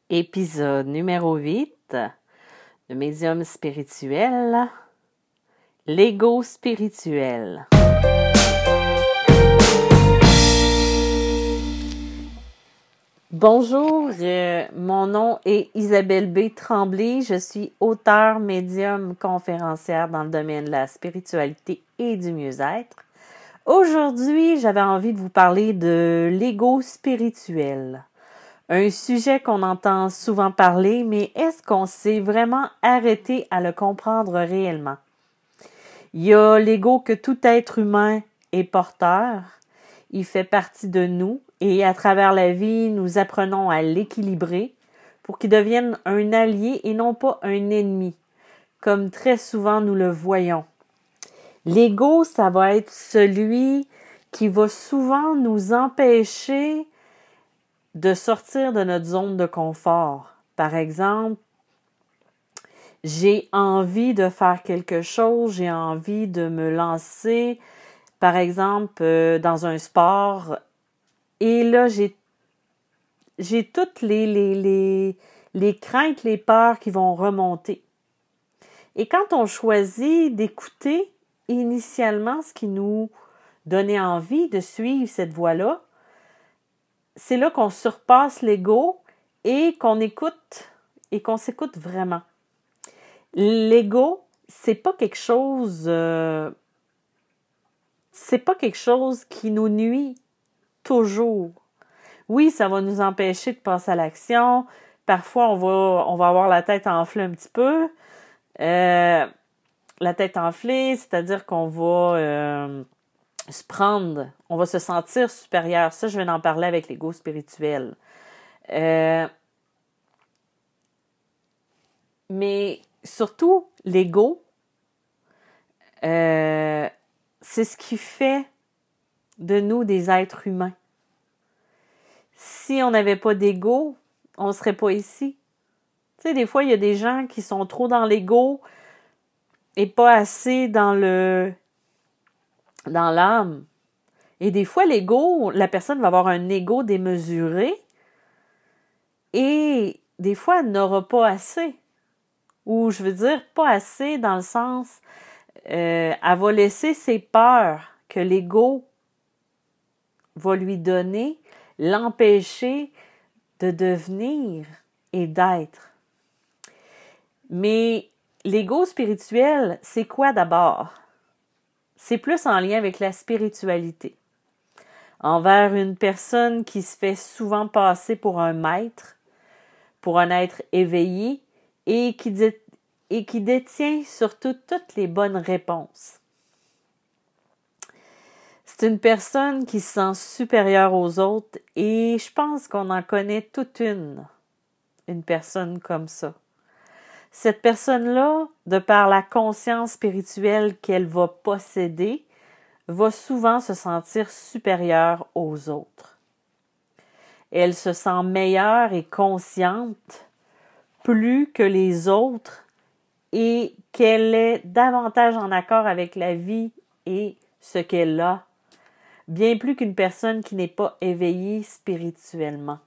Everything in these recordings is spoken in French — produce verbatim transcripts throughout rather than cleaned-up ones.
Épisode numéro huit, le médium spirituel, l'ego spirituel. Bonjour, euh, mon nom est Isabelle B. Tremblay, je suis auteure, médium, conférencière dans le domaine de la spiritualité et du mieux-être. Aujourd'hui, j'avais envie de vous parler de l'ego spirituel. Un sujet qu'on entend souvent parler, mais est-ce qu'on s'est vraiment arrêté à le comprendre réellement? Il y a l'ego que tout être humain est porteur. Il fait partie de nous et à travers la vie, nous apprenons à l'équilibrer pour qu'il devienne un allié et non pas un ennemi, comme très souvent nous le voyons. L'ego, ça va être celui qui va souvent nous empêcher de sortir de notre zone de confort. Par exemple, j'ai envie de faire quelque chose, j'ai envie de me lancer, par exemple, euh, dans un sport, et là, j'ai, j'ai toutes les, les, les, les craintes, les peurs qui vont remonter. Et quand on choisit d'écouter initialement ce qui nous donnait envie de suivre cette voie-là, c'est là qu'on surpasse l'ego et qu'on écoute et qu'on s'écoute vraiment. L'ego, c'est pas quelque chose, euh, c'est pas quelque chose qui nous nuit toujours. Oui, ça va nous empêcher de passer à l'action. Parfois, on va, on va avoir la tête enflée un petit peu. Euh, la tête enflée, c'est-à-dire qu'on va euh, se prendre, on va se sentir supérieur. Ça, je viens d'en parler avec l'ego spirituel. Euh, mais surtout, l'ego, euh, c'est ce qui fait de nous des êtres humains. Si on n'avait pas d'ego, on ne serait pas ici. Tu sais, des fois, il y a des gens qui sont trop dans l'ego et pas assez dans le dans l'âme. Et des fois, l'ego, la personne va avoir un ego démesuré et des fois, elle n'aura pas assez. Ou je veux dire, pas assez dans le sens, euh, elle va laisser ses peurs que l'ego va lui donner, l'empêcher de devenir et d'être. Mais l'ego spirituel, c'est quoi d'abord? C'est plus en lien avec la spiritualité. Envers une personne qui se fait souvent passer pour un maître, pour un être éveillé et qui, dit, et qui détient surtout toutes les bonnes réponses. C'est une personne qui se sent supérieure aux autres et je pense qu'on en connaît toute une, une personne comme ça. Cette personne-là, de par la conscience spirituelle qu'elle va posséder, va souvent se sentir supérieure aux autres. Elle se sent meilleure et consciente plus que les autres et qu'elle est davantage en accord avec la vie et ce qu'elle a, bien plus qu'une personne qui n'est pas éveillée spirituellement.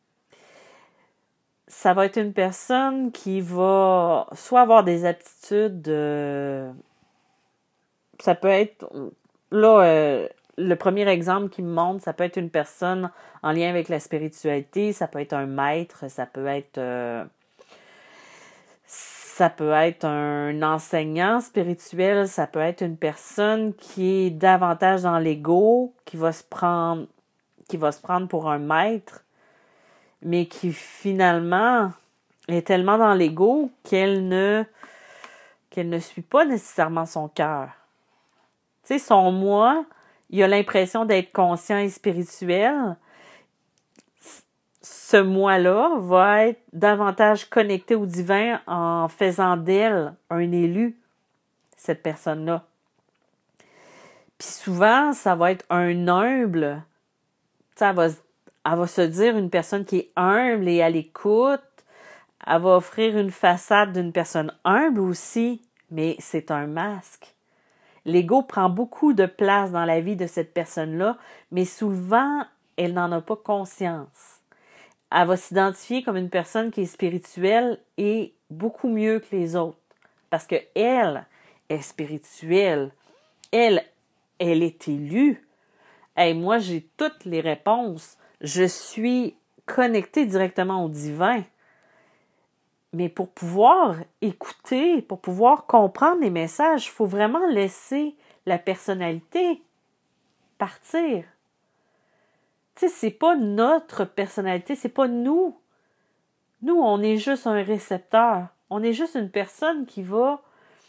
Ça va être une personne qui va soit avoir des aptitudes, euh, ça peut être, là, euh, le premier exemple qui me montre, ça peut être une personne en lien avec la spiritualité, ça peut être un maître, ça peut être, euh, ça peut être un enseignant spirituel, ça peut être une personne qui est davantage dans l'ego, qui va se prendre, qui va se prendre pour un maître, mais qui finalement est tellement dans l'ego qu'elle ne, qu'elle ne suit pas nécessairement son cœur. Tu sais, son moi, il a l'impression d'être conscient et spirituel. Ce moi-là va être davantage connecté au divin en faisant d'elle un élu, cette personne-là. Puis souvent, ça va être un humble. Tu sais, elle va, elle va se dire une personne qui est humble et à l'écoute. Elle va offrir une façade d'une personne humble aussi, mais c'est un masque. L'ego prend beaucoup de place dans la vie de cette personne-là, mais souvent, elle n'en a pas conscience. elle va s'identifier comme une personne qui est spirituelle et beaucoup mieux que les autres. Parce que elle est spirituelle. Elle, elle est élue. Et moi, j'ai toutes les réponses. Je suis connectée directement au divin. Mais pour pouvoir écouter, pour pouvoir comprendre les messages, il faut vraiment laisser la personnalité partir. Tu sais, c'est pas notre personnalité, c'est pas nous. Nous, on est juste un récepteur. On est juste une personne qui va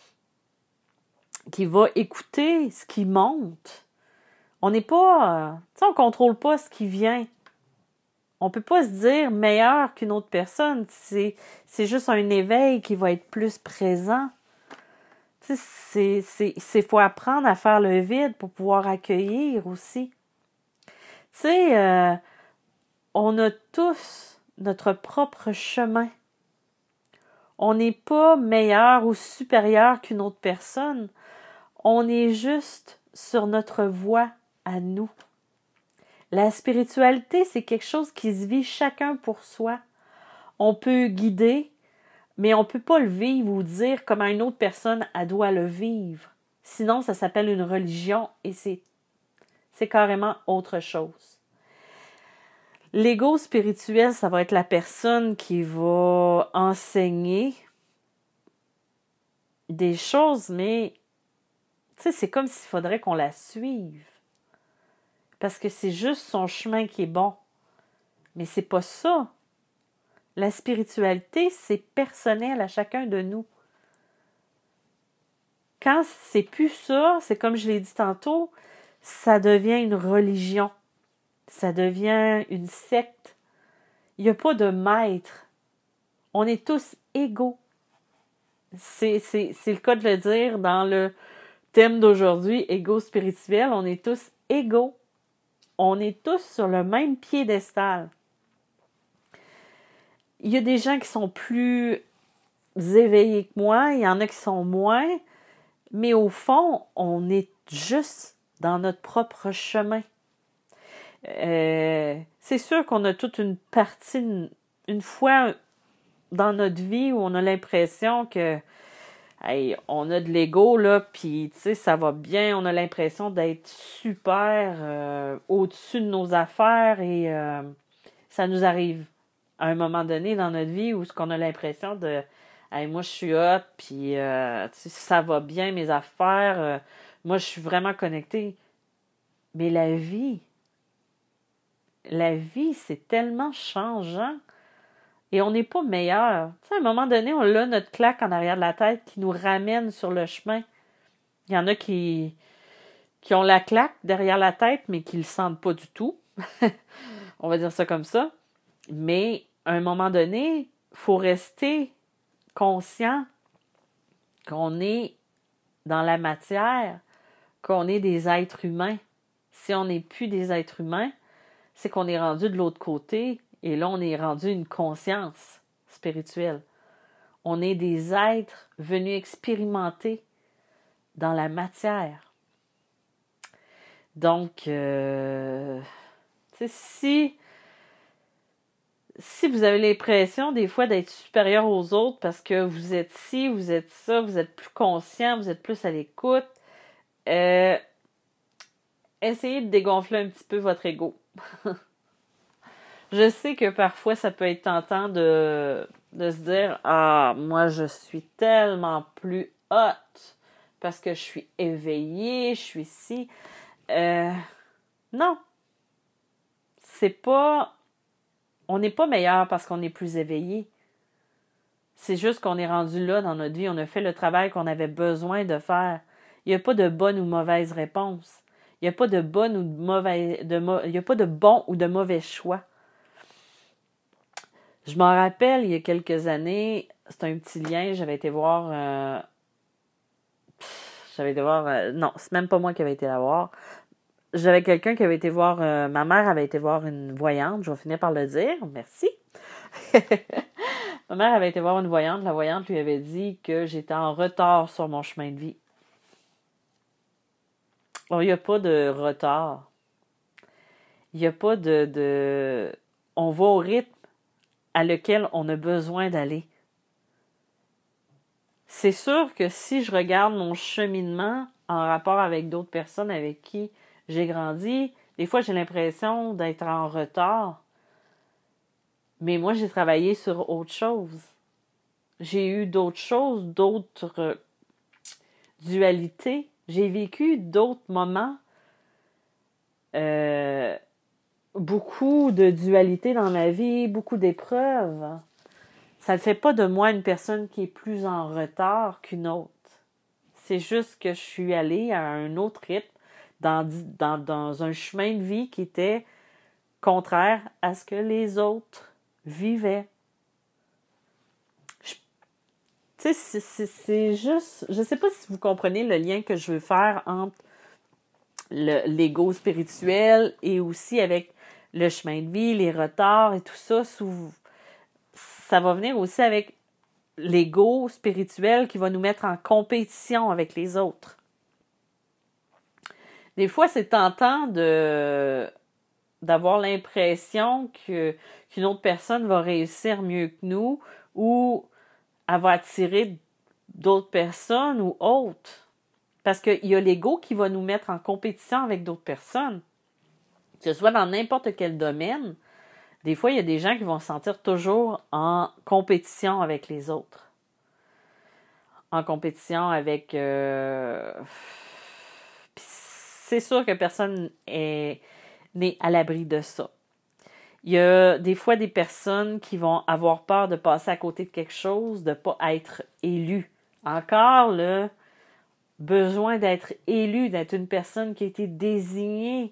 qui va écouter ce qui monte. On n'est pas... Tu sais, on contrôle pas ce qui vient. On peut pas se dire meilleur qu'une autre personne. C'est, c'est juste un éveil qui va être plus présent. Tu sais, c'est, c'est, c'est faut apprendre à faire le vide pour pouvoir accueillir aussi. Tu sais, euh, on a tous notre propre chemin. On n'est pas meilleur ou supérieur qu'une autre personne. On est juste sur notre voie à nous. La spiritualité, c'est quelque chose qui se vit chacun pour soi. On peut guider, mais on ne peut pas le vivre ou dire comment une autre personne elle doit le vivre. Sinon, ça s'appelle une religion et c'est, c'est carrément autre chose. L'ego spirituel, ça va être la personne qui va enseigner des choses, mais tu sais, c'est comme s'il faudrait qu'on la suive. Parce que c'est juste son chemin qui est bon. Mais c'est pas ça. La spiritualité, c'est personnel à chacun de nous. Quand c'est plus ça, c'est comme je l'ai dit tantôt, ça devient une religion. Ça devient une secte. Il n'y a pas de maître. On est tous égaux. C'est, c'est, c'est le cas de le dire dans le thème d'aujourd'hui, égaux spirituel. On est tous égaux. On est tous sur le même piédestal. Il y a des gens qui sont plus éveillés que moi, il y en a qui sont moins, mais au fond, on est juste dans notre propre chemin. Euh, c'est sûr qu'on a toute une partie, une, une fois dans notre vie où on a l'impression que hey, on a de l'ego, là, puis tu sais, ça va bien, on a l'impression d'être super euh, au-dessus de nos affaires et euh, ça nous arrive à un moment donné dans notre vie où on a l'impression de hey, moi je suis hot, puis euh, ça va bien mes affaires, euh, moi je suis vraiment connectée. Mais la vie, la vie, c'est tellement changeant et on n'est pas meilleur. Tu sais, à un moment donné, on a notre claque en arrière de la tête qui nous ramène sur le chemin. Il y en a qui, qui ont la claque derrière la tête, mais qui ne le sentent pas du tout. On va dire ça comme ça. Mais à un moment donné, il faut rester conscient qu'on est dans la matière, qu'on est des êtres humains. Si on n'est plus des êtres humains, c'est qu'on est rendu de l'autre côté et là, on est rendu une conscience spirituelle. On est des êtres venus expérimenter dans la matière. Donc, euh, si, si vous avez l'impression des fois d'être supérieur aux autres parce que vous êtes ci, vous êtes ça, vous êtes plus conscient, vous êtes plus à l'écoute, euh, essayez de dégonfler un petit peu votre ego. Je sais que parfois, ça peut être tentant de, de se dire « Ah, moi, je suis tellement plus hot parce que je suis éveillée, je suis ci. Euh, » Non. C'est pas... On n'est pas meilleur parce qu'on est plus éveillé. C'est juste qu'on est rendu là dans notre vie. On a fait le travail qu'on avait besoin de faire. Il n'y a pas de bonne ou mauvaise réponse. Il n'y a pas de bonne ou de mauvaise... De, il n'y a pas de bon ou de mauvais choix. Je m'en rappelle, il y a quelques années, c'est un petit lien, j'avais été voir... Euh, j'avais été voir... Euh, non, c'est même pas moi qui avais été la voir. J'avais quelqu'un qui avait été voir... Euh, ma mère avait été voir une voyante, je vais finir par le dire, merci. Ma mère avait été voir une voyante, la voyante lui avait dit que j'étais en retard sur mon chemin de vie. Bon, il n'y a pas de retard. Il n'y a pas de, de... On va au rythme à lequel on a besoin d'aller. C'est sûr que si je regarde mon cheminement en rapport avec d'autres personnes avec qui j'ai grandi, des fois j'ai l'impression d'être en retard. Mais moi, j'ai travaillé sur autre chose. J'ai eu d'autres choses, d'autres dualités. J'ai vécu d'autres moments. Euh, beaucoup de dualités dans ma vie, beaucoup d'épreuves. Ça ne fait pas de moi une personne qui est plus en retard qu'une autre. C'est juste que je suis allée à un autre rythme, dans, dans, dans un chemin de vie qui était contraire à ce que les autres vivaient. Tu sais, c'est, c'est, c'est juste... Je ne sais pas si vous comprenez le lien que je veux faire entre le, l'ego spirituel et aussi avec le chemin de vie, les retards et tout ça. Sous, ça va venir aussi avec l'ego spirituel qui va nous mettre en compétition avec les autres. Des fois, c'est tentant de d'avoir l'impression que, qu'une autre personne va réussir mieux que nous ou elle va attirer d'autres personnes ou autres. Parce qu'il y a l'ego qui va nous mettre en compétition avec d'autres personnes. Que ce soit dans n'importe quel domaine, des fois, il y a des gens qui vont se sentir toujours en compétition avec les autres. En compétition avec... Euh... C'est sûr que personne est né à l'abri de ça. Il y a des fois des personnes qui vont avoir peur de passer à côté de quelque chose, de ne pas être élu. Encore le besoin d'être élu, d'être une personne qui a été désignée.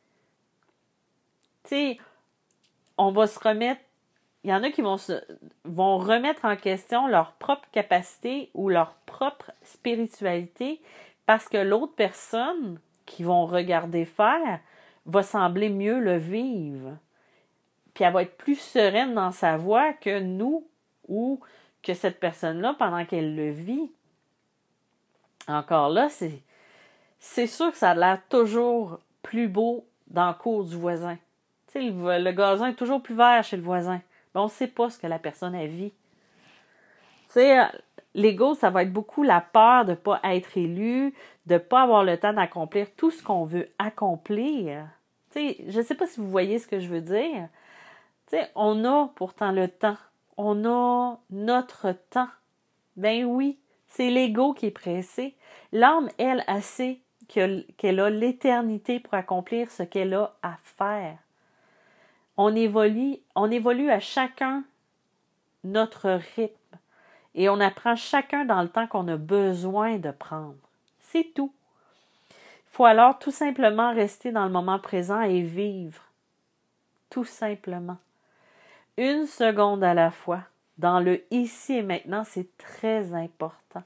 Tu sais, on va se remettre, il y en a qui vont, se, vont remettre en question leur propre capacité ou leur propre spiritualité parce que l'autre personne qu'ils vont regarder faire va sembler mieux le vivre. Puis elle va être plus sereine dans sa voie que nous ou que cette personne-là pendant qu'elle le vit. Encore là, c'est, c'est sûr que ça a l'air toujours plus beau dans la cour du voisin. Tu sais, le, le gazon est toujours plus vert chez le voisin. Mais on ne sait pas ce que la personne a vit. Tu sais, l'ego, ça va être beaucoup la peur de ne pas être élu, de ne pas avoir le temps d'accomplir tout ce qu'on veut accomplir. Tu sais, je ne sais pas si vous voyez ce que je veux dire. Tu sais, on a pourtant le temps. On a notre temps. Ben oui, c'est l'ego qui est pressé. L'âme, elle, elle sait qu'elle a l'éternité pour accomplir ce qu'elle a à faire. On évolue, on évolue à chacun notre rythme. Et on apprend chacun dans le temps qu'on a besoin de prendre. C'est tout. Il faut alors tout simplement rester dans le moment présent et vivre. Tout simplement. Une seconde à la fois. Dans le ici et maintenant, c'est très important.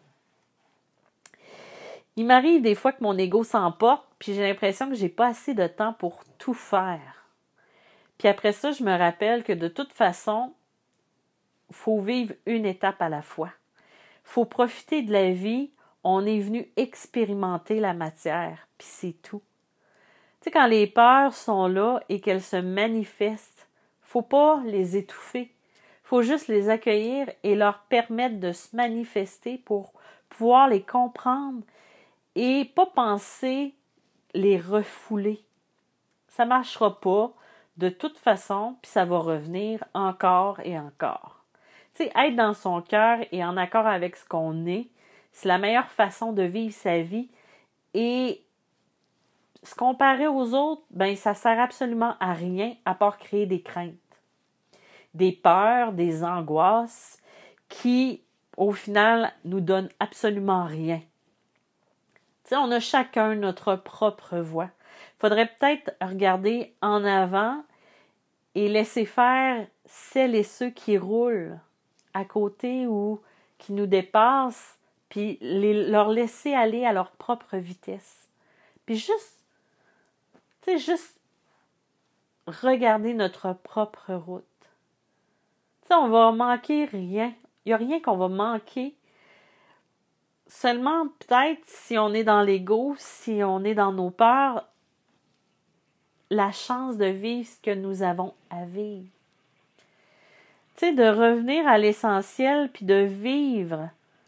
Il m'arrive des fois que mon ego s'emporte, puis j'ai l'impression que j'ai pas assez de temps pour tout faire. Puis après ça, je me rappelle que de toute façon, il faut vivre une étape à la fois. Il faut profiter de la vie. On est venu expérimenter la matière, puis c'est tout. Tu sais, quand les peurs sont là et qu'elles se manifestent, il ne faut pas les étouffer. Il faut juste les accueillir et leur permettre de se manifester pour pouvoir les comprendre et pas penser les refouler. Ça ne marchera pas de toute façon, puis ça va revenir encore et encore. Tu sais, être dans son cœur et en accord avec ce qu'on est, c'est la meilleure façon de vivre sa vie. Et se comparer aux autres, ben ça sert absolument à rien à part créer des craintes, des peurs, des angoisses qui, au final, nous donnent absolument rien. Tu sais, on a chacun notre propre voie. Il faudrait peut-être regarder en avant et laisser faire celles et ceux qui roulent à côté ou qui nous dépassent, puis les, leur laisser aller à leur propre vitesse. Puis juste, tu sais, juste regarder notre propre route. Tu sais, on va manquer rien. Il n'y a rien qu'on va manquer. Seulement, peut-être, si on est dans l'ego, si on est dans nos peurs, la chance de vivre ce que nous avons à vivre. Tu sais, de revenir à l'essentiel puis de vivre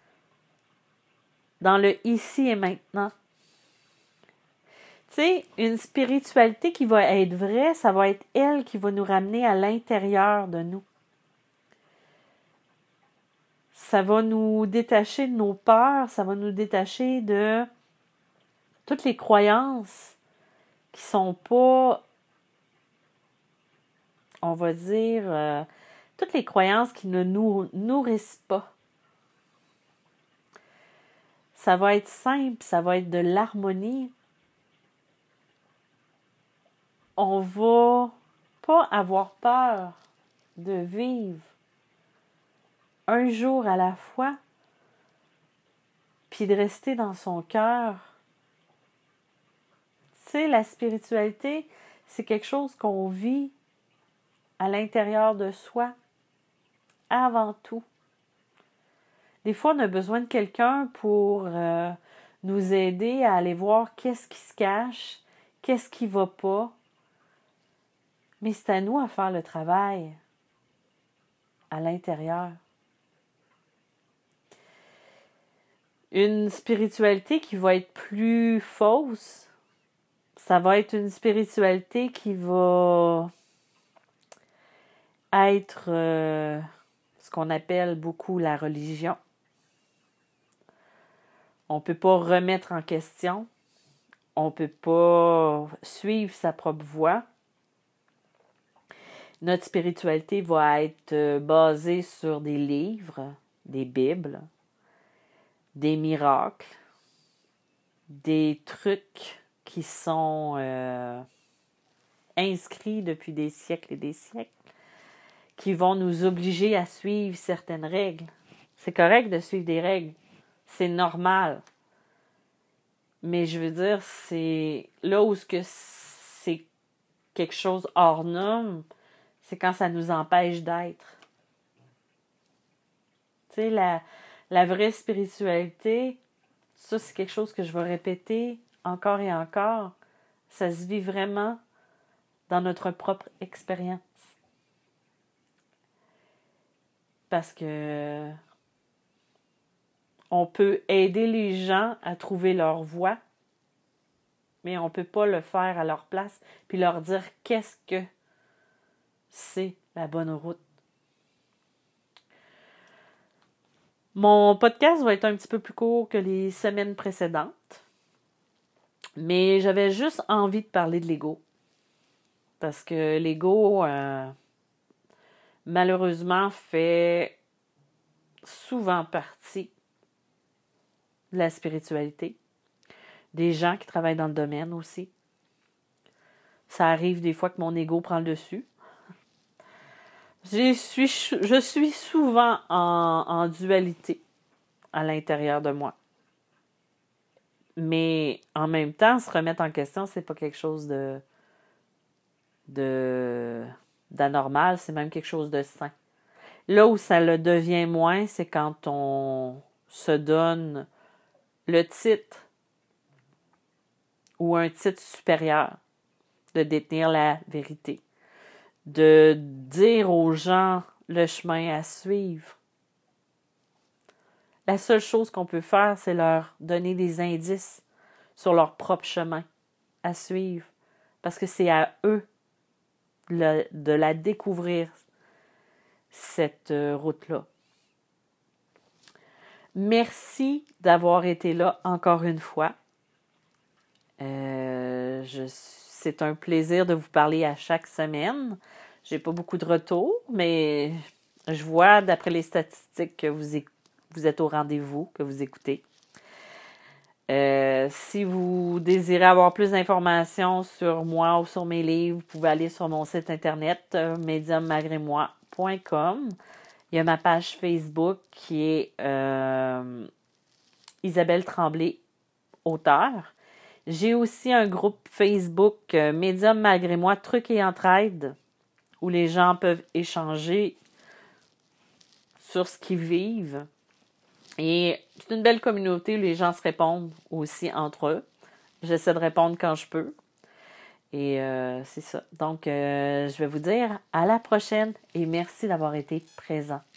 dans le ici et maintenant. Tu sais, une spiritualité qui va être vraie, ça va être elle qui va nous ramener à l'intérieur de nous. Ça va nous détacher de nos peurs, ça va nous détacher de toutes les croyances qui sont pas, on va dire, euh, toutes les croyances qui ne nous nourrissent pas. Ça va être simple, ça va être de l'harmonie. On va pas avoir peur de vivre un jour à la fois, puis de rester dans son cœur. Tu sais, la spiritualité, c'est quelque chose qu'on vit à l'intérieur de soi, avant tout. Des fois, on a besoin de quelqu'un pour euh, nous aider à aller voir qu'est-ce qui se cache, qu'est-ce qui ne va pas. Mais c'est à nous à faire le travail à l'intérieur. Une spiritualité qui va être plus fausse, ça va être une spiritualité qui va être euh, ce qu'on appelle beaucoup la religion. On ne peut pas remettre en question. On ne peut pas suivre sa propre voie. Notre spiritualité va être basée sur des livres, des Bibles, des miracles, des trucs qui sont euh, inscrits depuis des siècles et des siècles, qui vont nous obliger à suivre certaines règles. C'est correct de suivre des règles. C'est normal. Mais je veux dire, c'est là où ce que c'est quelque chose hors norme, c'est quand ça nous empêche d'être. Tu sais, la, la vraie spiritualité, ça c'est quelque chose que je vais répéter encore et encore. Ça se vit vraiment dans notre propre expérience. Parce que on peut aider les gens à trouver leur voie, mais on ne peut pas le faire à leur place puis leur dire qu'est-ce que c'est la bonne route. Mon podcast va être un petit peu plus court que les semaines précédentes, mais j'avais juste envie de parler de l'ego. Parce que l'ego, euh, malheureusement, fait souvent partie de la spiritualité. Des gens qui travaillent dans le domaine aussi. Ça arrive des fois que mon ego prend le dessus. Je suis, je suis souvent en, en dualité à l'intérieur de moi. Mais en même temps, se remettre en question, c'est pas quelque chose de, de d'anormal, c'est même quelque chose de sain. Là où ça le devient moins, c'est quand on se donne le titre ou un titre supérieur de détenir la vérité, de dire aux gens le chemin à suivre. La seule chose qu'on peut faire, c'est leur donner des indices sur leur propre chemin à suivre, parce que c'est à eux de, de la découvrir, cette route-là. Merci d'avoir été là encore une fois. Euh, je, c'est un plaisir de vous parler à chaque semaine. J'ai pas beaucoup de retours, mais je vois d'après les statistiques que vous, vous êtes au rendez-vous, que vous écoutez. Euh, si vous désirez avoir plus d'informations sur moi ou sur mes livres, vous pouvez aller sur mon site internet euh, médium malgré moi point com. Il y a ma page Facebook qui est euh, Isabelle Tremblay, auteure. J'ai aussi un groupe Facebook euh, Médium malgré moi, trucs et entraide, où les gens peuvent échanger sur ce qu'ils vivent. Et c'est une belle communauté où les gens se répondent aussi entre eux. J'essaie de répondre quand je peux. Et euh, c'est ça. Donc, euh, je vais vous dire à la prochaine et merci d'avoir été présent.